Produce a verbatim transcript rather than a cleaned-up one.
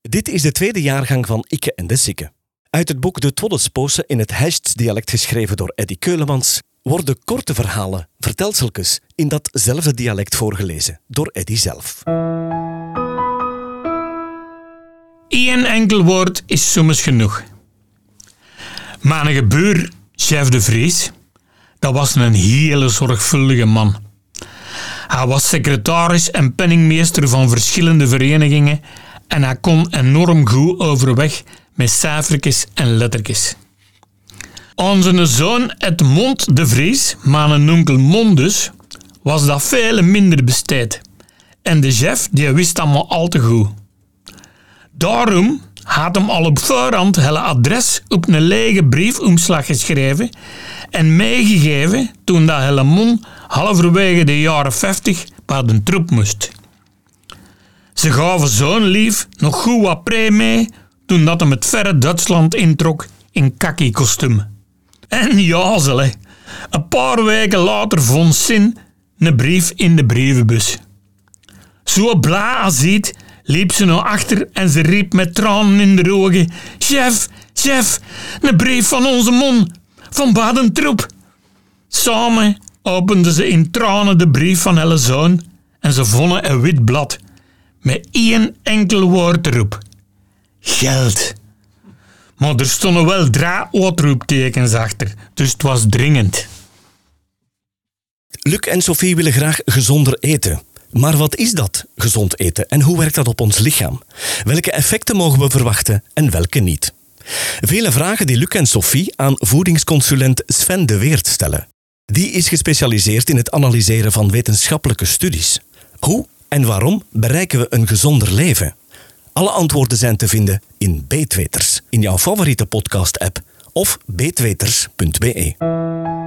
Dit is de tweede jaargang van Ikke en de Sikke. Uit het boek De Twoddespoose in het Hests-dialect geschreven door Eddy Keulemans worden korte verhalen, vertelseltjes, in datzelfde dialect voorgelezen door Eddy zelf. Eén enkel woord is soms genoeg. Mijn gebuur, chef de Vries, dat was een hele zorgvuldige man. Hij was secretaris en penningmeester van verschillende verenigingen en hij kon enorm goed overweg met cijfertjes en lettertjes. Onze zoon Edmond de Vries, mijn onkel Mondus, was dat veel minder besteed. En de chef die wist dat maar al te goed. Daarom had hem al op voorhand het adres op een lege briefomslag geschreven en meegegeven toen dat Hellemon halverwege de jaren vijftig bij de troep moest. Ze gaven zo'n lief nog goed wat pre mee toen dat hem het verre Duitsland introk in kaki-kostuum. En ja, zele, een paar weken later vond Sin een brief in de brievenbus. Zo blij als ziet, liep ze naar achter en ze riep met tranen in de ogen: Chef, chef, een brief van onze mon, van Badentroep. Samen openden ze in tranen de brief van haar zoon en ze vonden een wit blad met één enkel woord erop: geld. Maar er stonden wel drie uitroeptekens achter, dus het was dringend. Luc en Sophie willen graag gezonder eten. Maar wat is dat, gezond eten, en hoe werkt dat op ons lichaam? Welke effecten mogen we verwachten en welke niet? Vele vragen die Luc en Sophie aan voedingsconsulent Sven de Weert stellen. Die is gespecialiseerd in het analyseren van wetenschappelijke studies. Hoe en waarom bereiken we een gezonder leven? Alle antwoorden zijn te vinden in Beetweters, in jouw favoriete podcast-app of beetweters punt be.